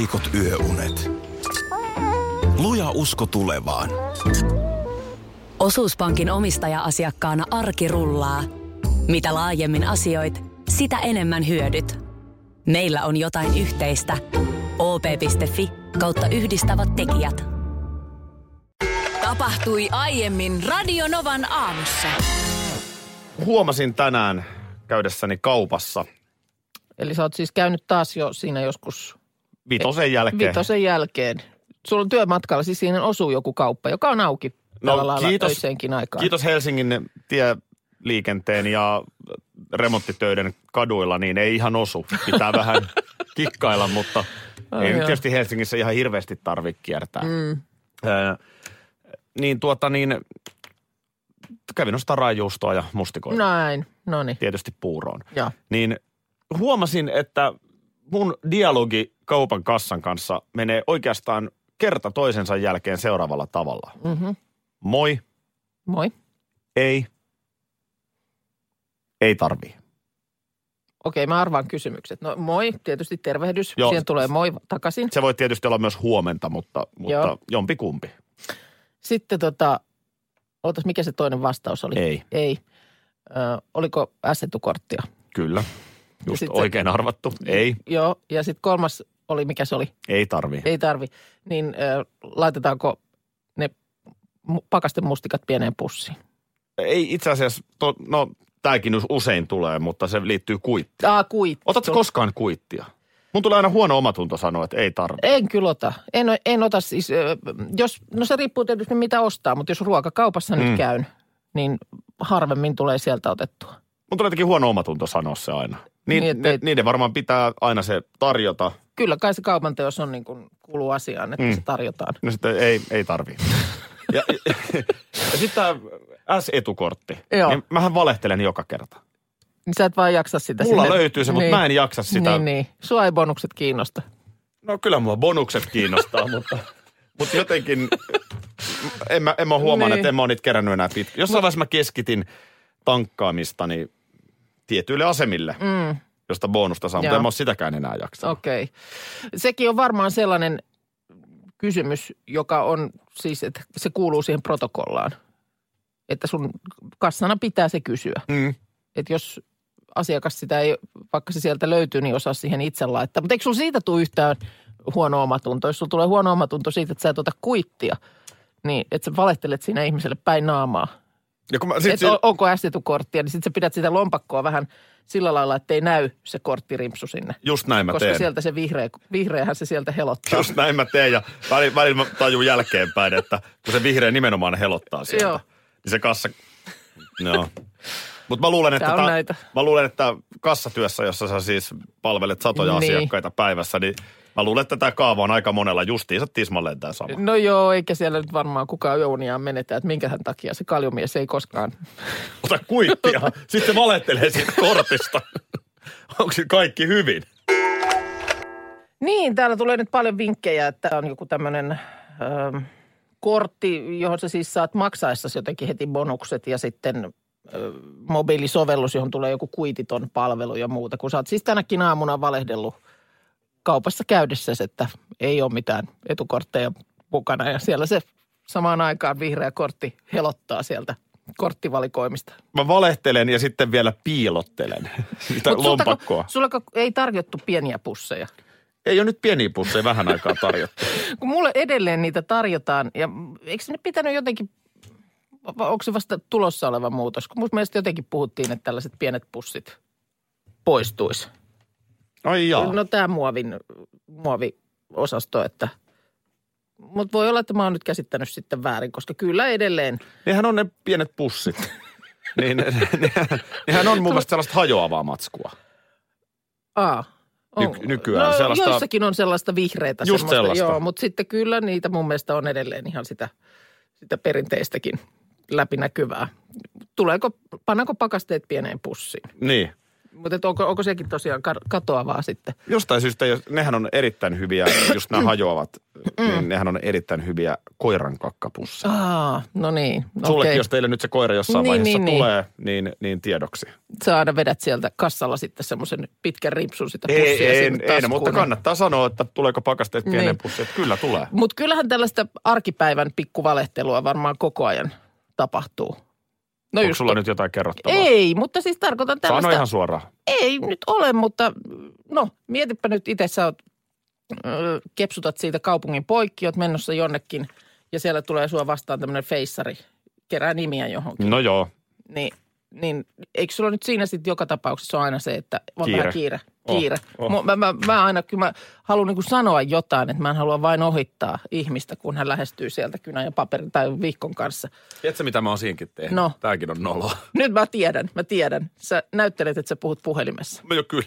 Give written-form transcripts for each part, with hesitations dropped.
heikot yöunet. Luja usko tulevaan. Osuuspankin omistaja-asiakkaana arki rullaa. Mitä laajemmin asioit, sitä enemmän hyödyt. Meillä on jotain yhteistä. op.fi/yhdistävät tekijät. Tapahtui aiemmin Radio Novan aamussa. Huomasin tänään käydessäni kaupassa. Eli sä oot siis käynyt taas jo siinä joskus... Vitosen jälkeen. Sulla on työmatkalla, siis siinä osuu joku kauppa, joka on auki tällä lailla töiseenkin aikaan. Kiitos Helsingin tieliikenteen ja remonttitöiden kaduilla, niin ei ihan osu. Pitää vähän kikkailla, mutta ei nyt tietysti Helsingissä ihan hirveästi tarvitse kiertää. Kävin ostaa raajuustoa ja mustikoita. Näin, no niin. Tietysti puuroon. Ja. Niin huomasin, että mun dialogi kaupan kassan kanssa menee oikeastaan kerta toisensa jälkeen seuraavalla tavalla. Mm-hmm. Moi. Moi. Ei tarvii. Okei, mä arvaan kysymykset. No moi, tietysti tervehdys. Joo. Siihen tulee moi takaisin. Se voi tietysti olla myös huomenta, mutta jompikumpi. Sitten ootas, mikä se toinen vastaus oli? Ei. Oliko S-etukorttia? Kyllä. Just oikein arvattu. Ei. Joo, ja sitten kolmas oli, mikä se oli? Ei tarvi. Niin laitetaanko ne pakastemustikat pieneen pussiin? Ei itse asiassa, tämäkin usein tulee, mutta se liittyy kuittiin. Kuitti. Otatko koskaan kuittia? Mun tulee aina huono omatunto sanoa, että ei tarvi. En kyllä ota. En ota siis, se riippuu tietysti mitä ostaa, mutta jos ruokakaupassa nyt käyn, niin harvemmin tulee sieltä otettua. Mun tulee jotenkin huono omatunto sanoa se aina. Niiden varmaan pitää aina se tarjota. Kyllä kai se kaupanteos on niin kuin kuuluu asiaan, että se tarjotaan. No sitten ei tarvii. ja sitten tämä S-etukortti. Joo. Niin mähän valehtelen joka kerta. Niin sä et vaan jaksa sitä. Mulla löytyy se, mutta mä en jaksa sitä. Niin. Sua ei bonukset kiinnosta. No kyllä mua bonukset kiinnostaa, mutta jotenkin en mä huomannut, että en mä ole niitä kerännyt enää pitkä. Jossain vaiheessa mä keskitin tankkaamistani tietyille asemille, josta bonusta saa, mutta en mä ole sitäkään enää jaksaa. Okei. Sekin on varmaan sellainen kysymys, joka on siis, että se kuuluu siihen protokollaan. Että sun kassana pitää se kysyä. Että jos asiakas sitä ei, vaikka se sieltä löytyy, niin osaa siihen itse laittaa. Mutta eikö sulla siitä tule yhtään huono omatunto? Jos sulla tulee huono omatunto siitä, että sä et ota kuittia, niin että sä valehtelet siinä ihmiselle päin naamaa. Onko S-etukorttia, niin sitten sä pidät sitä lompakkoa vähän sillä lailla, että ei näy se korttirimpsu sinne. Just näin mä teen. Koska sieltä se vihreähän se sieltä helottaa. Just näin mä teen ja välillä mä tajun jälkeenpäin, että kun se vihreä nimenomaan helottaa sieltä, niin se kassa, Mutta mä luulen, että kassatyössä, jossa sä siis palvelet satoja asiakkaita päivässä, niin mä luulen, että tämä kaava on aika monella justiinsa tismalleen tämä sama. No joo, eikä siellä nyt varmaan kukaan jouniaan menetä, että minkähän takia se kaljumies ei koskaan. Ota kuittia, sitten valehtelee siitä kortista. Onko se kaikki hyvin? Niin, täällä tulee nyt paljon vinkkejä, että on joku tämmöinen kortti, johon sä siis saat maksaessasi jotenkin heti bonukset ja sitten mobiilisovellus, johon tulee joku kuititon palvelu ja muuta. Kun sä oot siis tänäkin aamuna valehdellut kaupassa käydessäsi, että ei ole mitään etukortteja mukana ja siellä se samaan aikaan vihreä kortti helottaa sieltä korttivalikoimista. Mä valehtelen ja sitten vielä piilottelen sitä lompakkoa. Sulla ei tarjottu pieniä pusseja. Ei ole nyt pieniä pusseja vähän aikaa tarjottu. Kun mulle edelleen niitä tarjotaan ja eikö ne pitänyt jotenkin, onko se vasta tulossa oleva muutos? Kun musta mielestä jotenkin puhuttiin, että tällaiset pienet pussit poistuisi. Ai jaa. No tämä muoviosasto, että mutta voi olla, että mä oon nyt käsittänyt sitten väärin, koska kyllä edelleen. Nehän on ne pienet pussit. Nehän on mun mielestä sellaista hajoavaa matskua. Nykyään sellaista. Joissakin on sellaista vihreätä. Just sellaista. Joo, mutta sitten kyllä niitä mun mielestä on edelleen ihan sitä perinteistäkin läpinäkyvää. Pannaanko pakasteet pieneen pussiin? Niin. Mutta onko sekin tosiaan katoavaa sitten? Jostain syystä, nehän on erittäin hyviä, just nämä hajoavat niin nehän on erittäin hyviä koiran kakkapusseja. No niin. Sullekin, okei. jos teille nyt se koira jossain vaiheessa tulee, niin tiedoksi. Sä aina vedät sieltä kassalla sitten semmoisen pitkän ripsun sitä pussia sinne taskuun. Mutta kannattaa sanoa, että tuleeko pakasteet pienen pussi, että kyllä tulee. Mutta kyllähän tällaista arkipäivän pikkuvalehtelua varmaan koko ajan tapahtuu. No onko sulla nyt jotain kerrottavaa? Ei, mutta siis tarkoitan tällaista. Sano ihan suoraan. Ei nyt ole, mutta no mietipä nyt itse, sä kepsutat siitä kaupungin poikki, oot menossa jonnekin ja siellä tulee sua vastaan tämmöinen feissari, kerää nimiä johonkin. No joo. Niin eikö sulla nyt siinä sitten joka tapauksessa ole aina se, että on vähän kiire? Oh. Mä aina kyllä mä haluan niin kuin sanoa jotain, että mä en halua vain ohittaa ihmistä, kun hän lähestyy sieltä kynän ja paperin tai vihkon kanssa. Tiedätkö, mitä mä oon siinkin tehnyt? No. Tääkin on noloa. Nyt mä tiedän. Sä näyttelet, että sä puhut puhelimessa. No jo kyllä.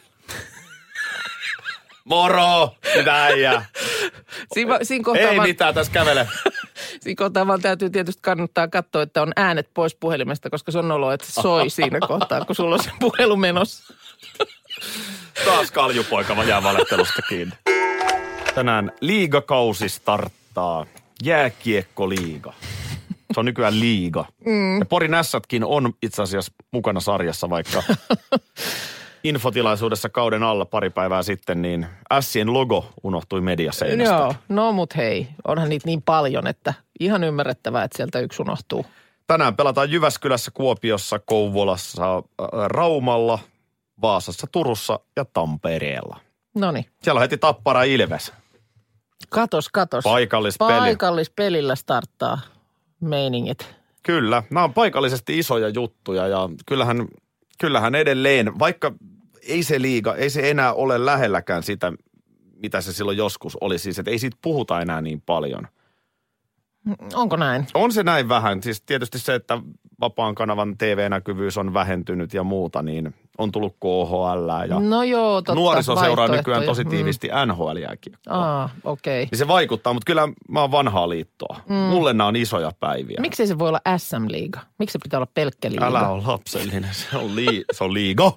Moro! Mitä äijää? Siinä kohtaa ei mitään, tässä kävele. Siinä kohtaa vaan täytyy tietysti kannattaa katsoa, että on äänet pois puhelimesta, koska se on noloa, että se soi siinä kohtaa, kun sulla on se puhelu menossa. Taas kaljupoika jää valettelusta kiinni. Tänään liigakausi starttaa. Jääkiekkoliiga. Se on nykyään liiga. Ja Porin Ässätkin on itse asiassa mukana sarjassa, vaikka infotilaisuudessa kauden alla pari päivää sitten, niin Ässien logo unohtui mediaseinästä. Joo, no mut hei, onhan niitä niin paljon, että ihan ymmärrettävää, että sieltä yksi unohtuu. Tänään pelataan Jyväskylässä, Kuopiossa, Kouvolassa, Raumalla, Vaasassa, Turussa ja Tampereella. Noniin. Siellä on heti Tappara Ilves. Katos. Paikallispelillä starttaa meiningit. Kyllä, nämä on paikallisesti isoja juttuja ja kyllähän edelleen, vaikka ei se enää ole lähelläkään sitä, mitä se silloin joskus oli. Siis, että ei siitä puhuta enää niin paljon. Onko näin? On se näin vähän. Siis tietysti se, että vapaan kanavan TV-näkyvyys on vähentynyt ja muuta, niin on tullut KHL ja no joo, totta, nuoriso seuraa nykyään tosi tiivisti NHL-jääkiekkoa. Okei. Niin se vaikuttaa, mutta kyllä mä oon vanhaa liittoa. Mulle nämä on isoja päiviä. Miksei se voi olla SM-liiga? Miksi se pitää olla pelkkä liiga? Älä ole lapsellinen, se on liiga.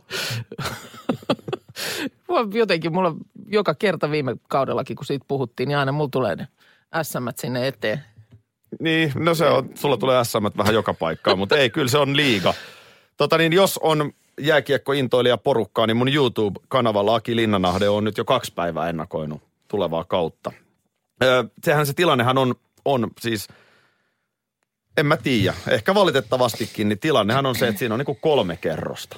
Jotenkin mulla joka kerta viime kaudellakin, kun siitä puhuttiin, niin aina mulla tulee ne SM:t sinne eteen. Niin, no se on, sulla tulee SM:t vähän joka paikkaan, mutta ei, kyllä se on liiga. Jos on jääkiekkointoilija porukkaa, niin mun YouTube-kanavalla Aki Linnanahde on nyt jo 2 päivää ennakoinut tulevaa kautta. Sehän se tilannehan on siis, en mä tiedä, ehkä valitettavastikin, niin tilannehan on se, että siinä on niinku 3 kerrosta.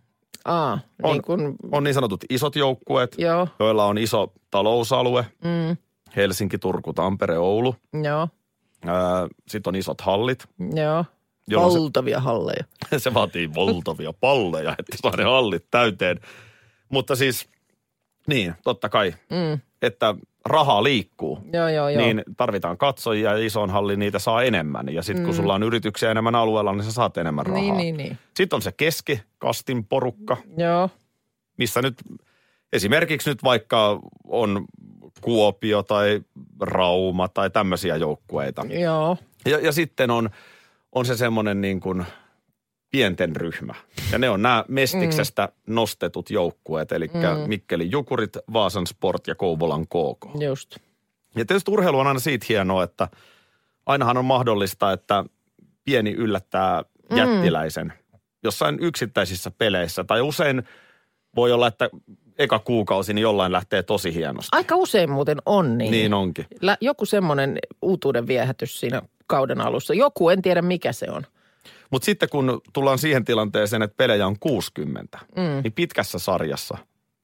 On niin sanotut isot joukkueet, joilla on iso talousalue. Helsinki, Turku, Tampere, Oulu. Joo. Sitten on isot hallit. Joo. Valtavia halleja. Se vaatii valtavia palleja, että saa ne hallit täyteen. Mutta siis, niin, totta kai, että rahaa liikkuu. Joo. Niin tarvitaan katsojia ja isoon halliin niitä saa enemmän. Ja sitten kun sulla on yrityksiä enemmän alueella, niin sä saat enemmän rahaa. Niin. Sitten on se keskikastin porukka. Joo. Missä nyt esimerkiksi nyt vaikka on Kuopio tai Rauma tai tämmöisiä joukkueita. Joo. Ja sitten on se semmoinen niin kuin pienten ryhmä. Ja ne on nämä Mestiksestä nostetut joukkueet, eli Mikkelin Jukurit, Vaasan Sport ja Kouvolan KK. Just. Ja tietysti urheilu on aina siitä hienoa, että ainahan on mahdollista, että pieni yllättää jättiläisen jossain yksittäisissä peleissä. Tai usein voi olla, että eka kuukausi niin jollain lähtee tosi hienosti. Aika usein muuten on niin. Niin onkin. Joku semmoinen uutuuden viehätys siinä kauden alussa. Joku, en tiedä mikä se on. Mutta sitten kun tullaan siihen tilanteeseen, että pelejä on 60, niin pitkässä sarjassa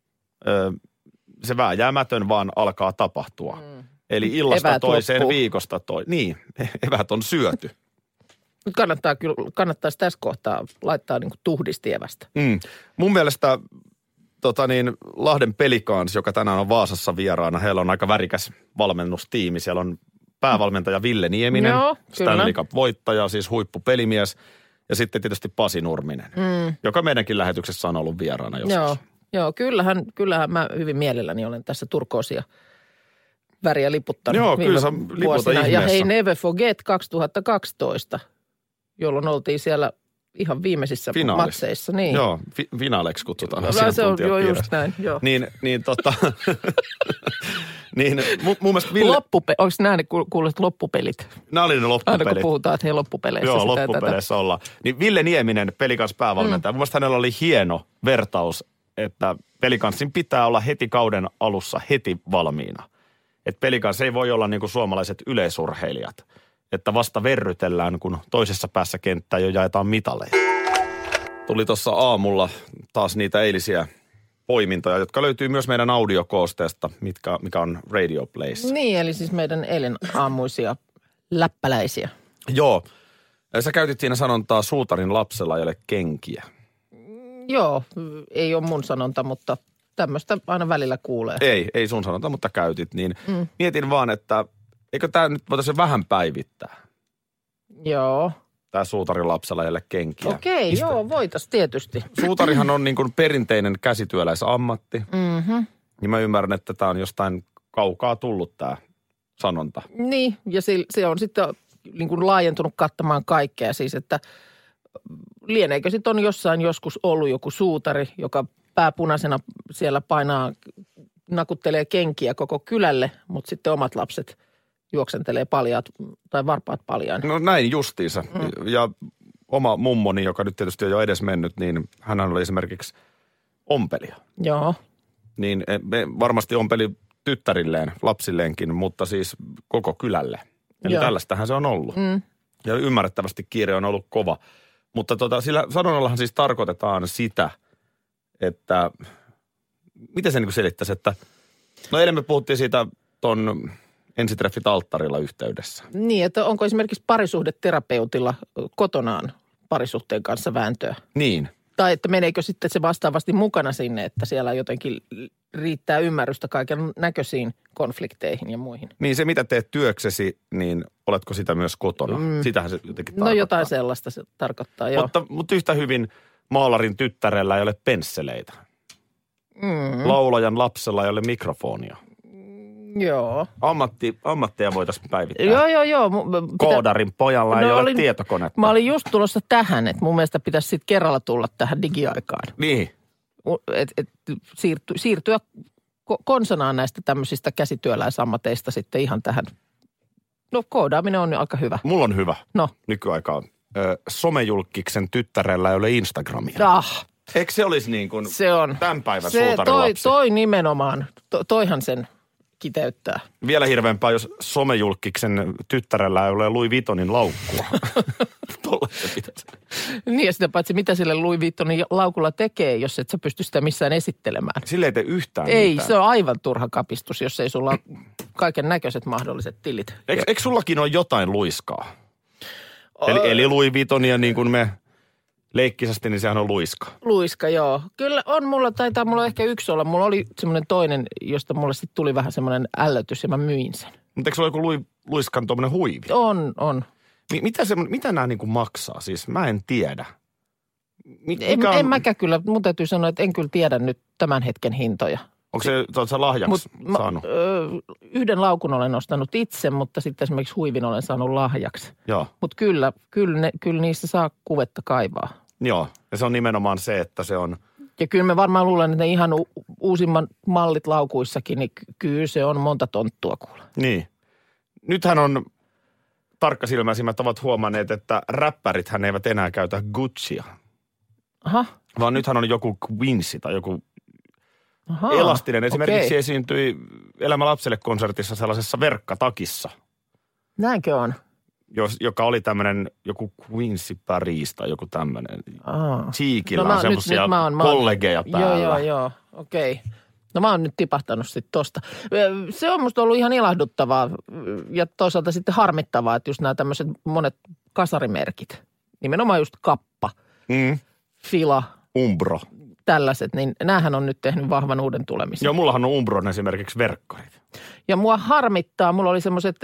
se vääjäämätön vaan alkaa tapahtua. Eli illasta Eväät toiseen, loppuu. viikosta niin, eväät on syöty. Nyt kannattaisi tässä kohtaa laittaa niin kuin tuhdistievästä. Mun mielestä Lahden Pelikans, joka tänään on Vaasassa vieraana, heillä on aika värikäs valmennustiimi. Siellä on päävalmentaja Ville Nieminen, Stanley Cup-voittaja, siis huippupelimies. Ja sitten tietysti Pasi Nurminen, joka meidänkin lähetyksessä on ollut vieraana joskus. Joo, kyllähän mä hyvin mielelläni olen tässä turkoosia väriä liputtanut. Joo, kyllä sä liputa ihmeessä. Ja hei, never forget 2012, jolloin oltiin siellä ihan viimeisissä matseissa. Niin. Joo, finaaleiksi kutsutaan se on jo just näin, joo. Niin mun mielestä Ville... Onko nämä ne kuuluiset loppupelit? Nämä oli ne loppupelit. Aina kun puhutaan, että hei loppupeleissä. Joo, loppupeleissä ollaan. Niin Ville Nieminen, Pelikans päävalmentaja. Mun mielestä hänellä oli hieno vertaus, että Pelikansin pitää olla heti kauden alussa heti valmiina. Että Pelikans ei voi olla niin kuin suomalaiset yleisurheilijat. Että vasta verrytellään, kun toisessa päässä kenttää jo jaetaan mitaleja. Tuli tuossa aamulla taas niitä eilisiä poimintoja, jotka löytyy myös meidän audiokoosteesta, mikä on Radio Plays. Niin, eli siis meidän eilen aamuisia läppäläisiä. Joo. Sä käytit siinä sanontaa suutarin lapsella ei ole kenkiä. Joo, ei ole mun sanonta, mutta tämmöistä aina välillä kuulee. Ei sun sanonta, mutta käytit. Niin mietin vaan, että eikö tämä nyt voitaisiin vähän päivittää? Joo. Tämä suutarin lapsella ei ole kenkiä. Okei, joo, voitaisiin tietysti. Suutarihan on niin kuin perinteinen käsityöläisammatti. Mm-hmm. Niin mä ymmärrän, että tämä on jostain kaukaa tullut tämä sanonta. Niin, ja se on sitten niin kuin laajentunut kattamaan kaikkea. Siis, että lieneekö sitten on jossain joskus ollut joku suutari, joka pääpunaisena siellä nakuttelee kenkiä koko kylälle, mutta sitten omat lapset juoksentelee paljaat tai varpaat paljaan. No näin justiinsa. Ja oma mummoni, joka nyt tietysti on jo edes mennyt, niin hän oli esimerkiksi ompelija. Joo. Niin varmasti ompeli tyttärilleen, lapsilleenkin, mutta siis koko kylälle. Eli tällaistähän se on ollut. Ja ymmärrettävästi kiire on ollut kova. Mutta sillä sanonnallahan siis tarkoitetaan sitä, että miten se niin kuin selittäisi, että no eilen me puhuttiin siitä ton ensitreffit alttarilla yhteydessä. Niin, että onko esimerkiksi parisuhdeterapeutilla kotonaan parisuhteen kanssa vääntöä? Niin. Tai että meneekö sitten se vastaavasti mukana sinne, että siellä jotenkin riittää ymmärrystä kaiken näköisiin konflikteihin ja muihin. Niin se, mitä teet työksesi, niin oletko sitä myös kotona? Sitähän se jotenkin tarkoittaa. No jotain sellaista se tarkoittaa, joo. Mutta yhtä hyvin maalarin tyttärellä ei ole pensseleitä. Laulajan lapsella ei ole mikrofonia. Joo. Ammatteja voitaisiin päivittää. Joo. Koodarin pojalla ei ole tietokonetta. Mä olin just tulossa tähän, että mun mielestä pitäisi sitten kerralla tulla tähän digiaikaan. Niin. Siirtyä konsanaan näistä tämmöisistä käsityöläisammateista sitten ihan tähän. No koodaaminen on aika hyvä. Mulla on hyvä. No. Nykyaikaan. Somejulkkiksen tyttärellä ei ole Instagramia. Eikö se olisi niin kuin se on tämän päivän suutarilapsi? Toi nimenomaan. Toihan sen kiteyttää. Vielä hirveämpää, jos somejulkkiksen tyttärellä ei ole Louis Vuittonin laukkua. Tolle se pitäisi. Niin ja sitä paitsi mitä sille Louis Vuittonin laukulla tekee, jos et sä pysty sitä missään esittelemään. Sille ei tee yhtään ei, mitään. Se on aivan turha kapistus, jos ei sulla kaiken näköiset mahdolliset tilit. Eikö sullakin ole jotain luiskaa? Eli Louis Vuittonia niin kuin me leikkisesti, niin sehän on luiska. Luiska, joo. Kyllä taitaa mulla ehkä yksi olla. Mulla oli semmoinen toinen, josta mulle sitten tuli vähän semmoinen ällötys ja mä myin sen. Mutta eikö sulla joku luiskan tuommoinen huivi? On. Mitä nämä niin kuin maksaa? Siis mä en tiedä. En mäkään kyllä. Mun täytyy sanoa, että en kyllä tiedä nyt tämän hetken hintoja. Onko se lahjaksi saanut? Yhden laukun olen ostanut itse, mutta sitten esimerkiksi huivin olen saanut lahjaksi. Joo. Mutta kyllä niistä saa kuvetta kaivaa. Joo, ja se on nimenomaan se, että se on... Ja kyllä me varmaan luulen, että ne ihan uusimman mallit laukuissakin, niin kyllä se on monta tonttua kuule. Niin. Nythän on tarkkasilmäisimmät ovat huomanneet, että räppärithän eivät enää käytä Guccia. Aha. Vaan nythän on joku Quincy tai joku elastinen. Esimerkiksi esiintyi Elämä lapselle -konsertissa sellaisessa verkkatakissa. Näinkö on? Joka oli tämmöinen joku Quincy Paris tai joku tämmöinen. Cheekillä on semmoisia kollegeja päällä. Joo, okei. No mä oon nyt tipahtanut sitten tosta. Se on musta ollut ihan ilahduttavaa ja toisaalta sitten harmittavaa, että just nämä tämmöiset monet kasarimerkit, nimenomaan just Kappa, Fila, Umbro. Tällaiset, niin näähän on nyt tehnyt vahvan uuden tulemisen. Joo, mullahan on Umbron esimerkiksi verkkarit. Ja mua harmittaa, mulla oli semmoiset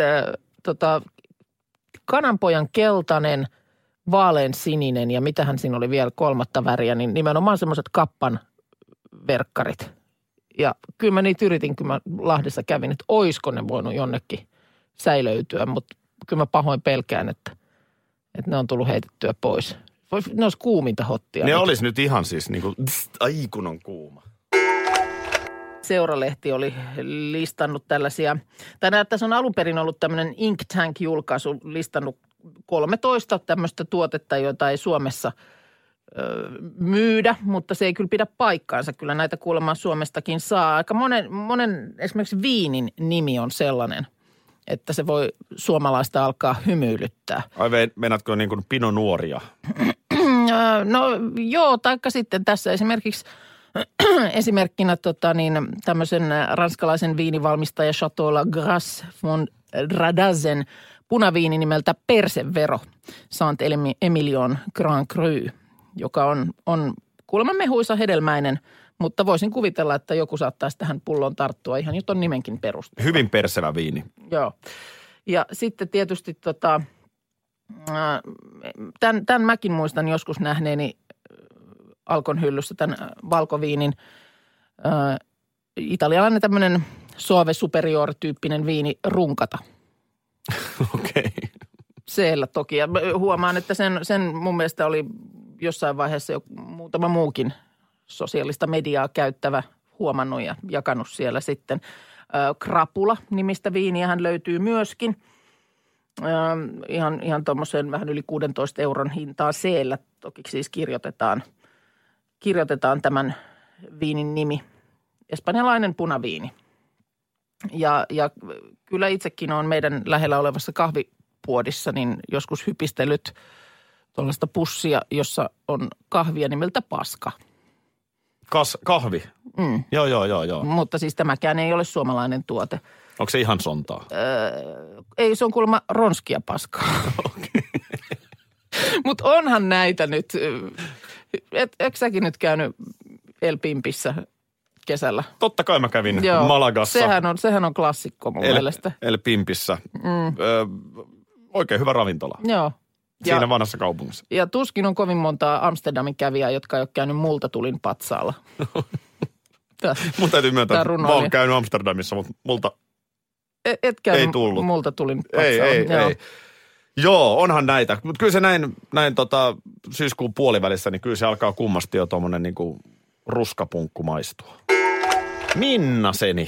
kananpojan keltainen, vaalean sininen ja mitähän siinä oli vielä kolmatta väriä, niin nimenomaan semmoiset Kappan verkkarit. Ja kyllä mä niitä yritin, kun mä Lahdessa kävin, että oisko ne voinut jonnekin säilöytyä, mutta kyllä mä pahoin pelkään, että ne on tullut heitettyä pois. Ne olisi kuuminta hottia. Ne olisi nyt ihan siis niin kuin, ai kun on kuuma. Seuralehti oli listannut tällaisia, tai tässä on alun perin ollut tämmöinen Ink Tank-julkaisu listannut 13 tämmöistä tuotetta, joita ei Suomessa myydä, mutta se ei kyllä pidä paikkaansa. Kyllä näitä kuulemma Suomestakin saa. Aika monen esimerkiksi viinin nimi on sellainen, että se voi suomalaista alkaa hymyilyttää. Ai meinaatko niin kuin Pinot Noiria? No joo, taikka sitten tässä esimerkkinä tämmöisen ranskalaisen viinivalmistaja Chateau La Grasse von Radazen punaviini nimeltä Persevero Saint-Emilion Grand Cru, joka on kuulemma mehuisa hedelmäinen, mutta voisin kuvitella, että joku saattaisi tähän pulloon tarttua ihan jo ton nimenkin perusteella. Hyvin persevä viini. Joo. Ja sitten tietysti tämän mäkin muistan joskus nähneeni Alkon hyllyssä tämän valkoviinin. Italialainen tämmöinen Soave Superior-tyyppinen viini Runkata. Okei. Siellä toki. Ja huomaan, että sen mun mielestä oli jossain vaiheessa jo muutama muukin sosiaalista mediaa käyttävä huomannut ja jakanut siellä sitten. Krapula-nimistä viiniähän löytyy myöskin. Ihan tuommoisen vähän yli 16 euron hintaa C:llä toki siis kirjoitetaan tämän viinin nimi. Espanjalainen punaviini. Ja kyllä itsekin on meidän lähellä olevassa kahvipuodissa niin joskus hypistellyt tuollaista pussia, jossa on kahvia nimeltä Paska. Kahvi? Mm. Joo. Mutta siis tämäkään ei ole suomalainen tuote. Onko se ihan sontaa? Ei, se on kuulemma ronskia paskaa. Okay. Mutta onhan näitä nyt. Eikö säkin nyt käynyt El Pimpissä kesällä? Totta kai mä kävin Malagassa. Sehän on klassikko mun mielestä. El Pimpissä. Oikein hyvä ravintola. Joo. Siinä vanhassa kaupungissa. Ja tuskin on kovin montaa Amsterdamin kävijää, jotka ei ole käynyt Multatulin patsaalla. Mun täytyy myöntää, että mä oon käynyt Amsterdamissa, mutta multa ei tullut. Multatulin patsaalla. Ei. Joo, onhan näitä. Mutta kyllä se näin syyskuun puolivälissä, niin kyllä se alkaa kummasti jo tuommoinen niinku ruskapunkku maistua. Minnaseni.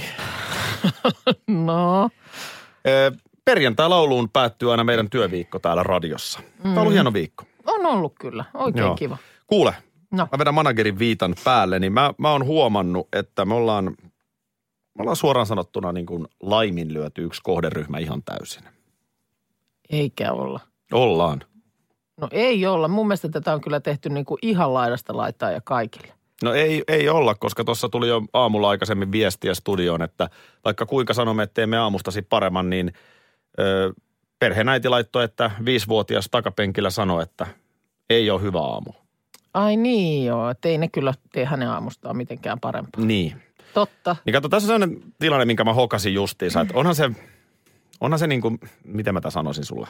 No. Perjantai-lauluun päättyy aina meidän työviikko täällä radiossa. Tämä on ollut hieno viikko. On ollut kyllä. Oikein kiva. Kuule, mä vedän managerin viitan päälle, niin mä oon huomannut, että me ollaan suoraan sanottuna niin kuin laiminlyöty yksi kohderyhmä ihan täysin. Eikä olla. Ollaan. No ei olla. Mun mielestä tätä on kyllä tehty niin kuin ihan laidasta laitaa ja kaikille. No ei olla, koska tuossa tuli jo aamulla aikaisemmin viestiä studioon, että vaikka kuinka sanomme, että teemme aamustasi paremman, niin perheenäiti laittoi, että 5-vuotias takapenkillä sanoi, että ei ole hyvä aamu. Ai niin joo, että ei ne kyllä tee hänen aamustaan mitenkään parempaa. Niin. Totta. Niin kato, tässä on sellainen tilanne, minkä mä hokasin justiinsa, että onhan se niin kuin, miten mä tämän sanoisin sulle?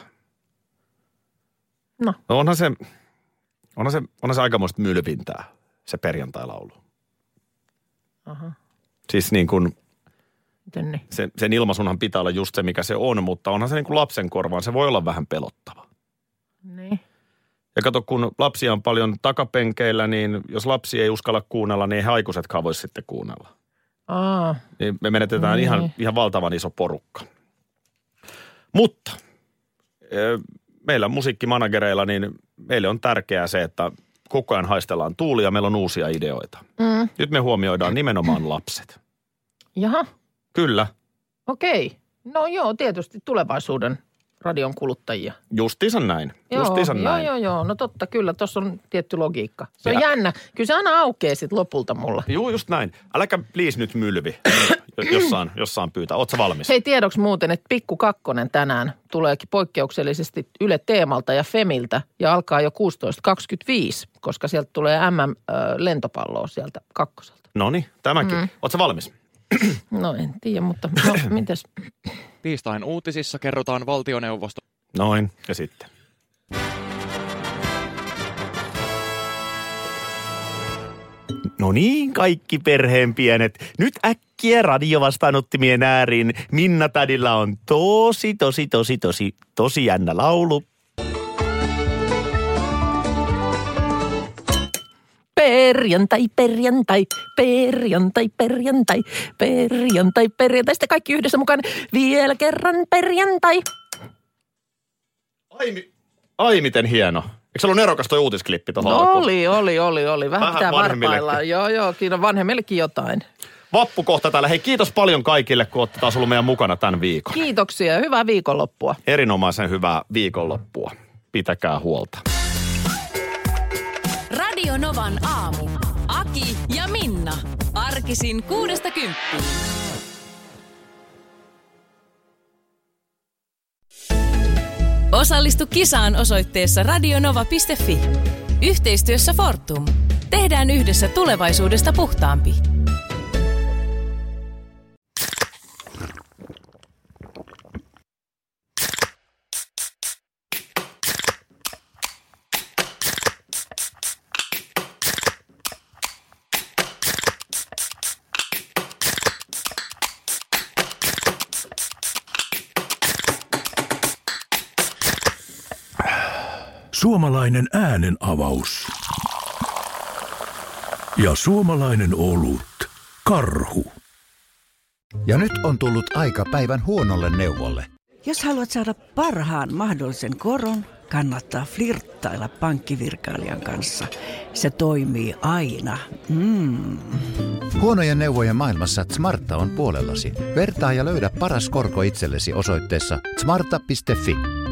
No onhan se aikamoista mylvintää, se perjantai-laulu. Aha. Siis niin kuin, miten niin? Sen ilmaisunhan pitää olla just se, mikä se on, mutta onhan se niin kuin lapsen korvaan, se voi olla vähän pelottava. Niin. Ja kato, kun lapsia on paljon takapenkeillä, niin jos lapsi ei uskalla kuunnella, niin ei aikuisetkaan voi sitten kuunnella. Niin me menetetään ihan valtavan iso porukka. Mutta meillä musiikkimanagereilla, niin meille on tärkeää se, että koko ajan haistellaan tuulia, meillä on uusia ideoita. Nyt me huomioidaan nimenomaan lapset. Jaha. Kyllä. Okei. No joo, tietysti tulevaisuuden radion kuluttajia. Justiinsa näin. Joo. No totta, kyllä. Tuossa on tietty logiikka. Se on jännä. Kyllä se aina aukeaa sitten lopulta mulla. Joo, just näin. Äläkä please nyt mylvi, jos saan pyytää. Ootko valmis? Hei, tiedoksi muuten, että Pikku Kakkonen tänään tuleekin poikkeuksellisesti Yle Teemalta ja Femiltä ja alkaa jo 16.25, koska sieltä tulee MM-lentopalloa sieltä kakkoselta. Noniin, tämäkin. Ootko valmis? No en tiedä, mutta mites? Tiistain uutisissa kerrotaan valtioneuvosto. Noin, ja sitten. No niin, kaikki perheen pienet. Nyt äkkiä radiovastaanottimien ääriin. Minna Tädillä on tosi jännä laulu. Perjantai, perjantai, perjantai, perjantai, perjantai, perjantai. Sitten kaikki yhdessä mukaan. Vielä kerran perjantai. Ai miten hieno. Eikö se ollut nerokas toi uutisklippi tuohon alkuun? Oli. Vähän pitää varpailla. Joo, kiitos vanhemmillekin jotain. Vappu kohta täällä. Hei, kiitos paljon kaikille, kun olette taas ollut meidän mukana tämän viikon. Kiitoksia. Hyvää viikonloppua. Erinomaisen hyvää viikonloppua. Pitäkää huolta. Radio Novan aamu. Aki ja Minna. Arkisin 6–10. Osallistu kisaan osoitteessa radionova.fi. Yhteistyössä Fortum. Tehdään yhdessä tulevaisuudesta puhtaampi. Suomalainen äänen avaus. Ja suomalainen olut. Karhu. Ja nyt on tullut aika päivän huonolle neuvolle. Jos haluat saada parhaan mahdollisen koron, kannattaa flirttailla pankkivirkailijan kanssa. Se toimii aina. Huonojen neuvojen maailmassa Smarta on puolellasi. Vertaa ja löydä paras korko itsellesi osoitteessa smarta.fi.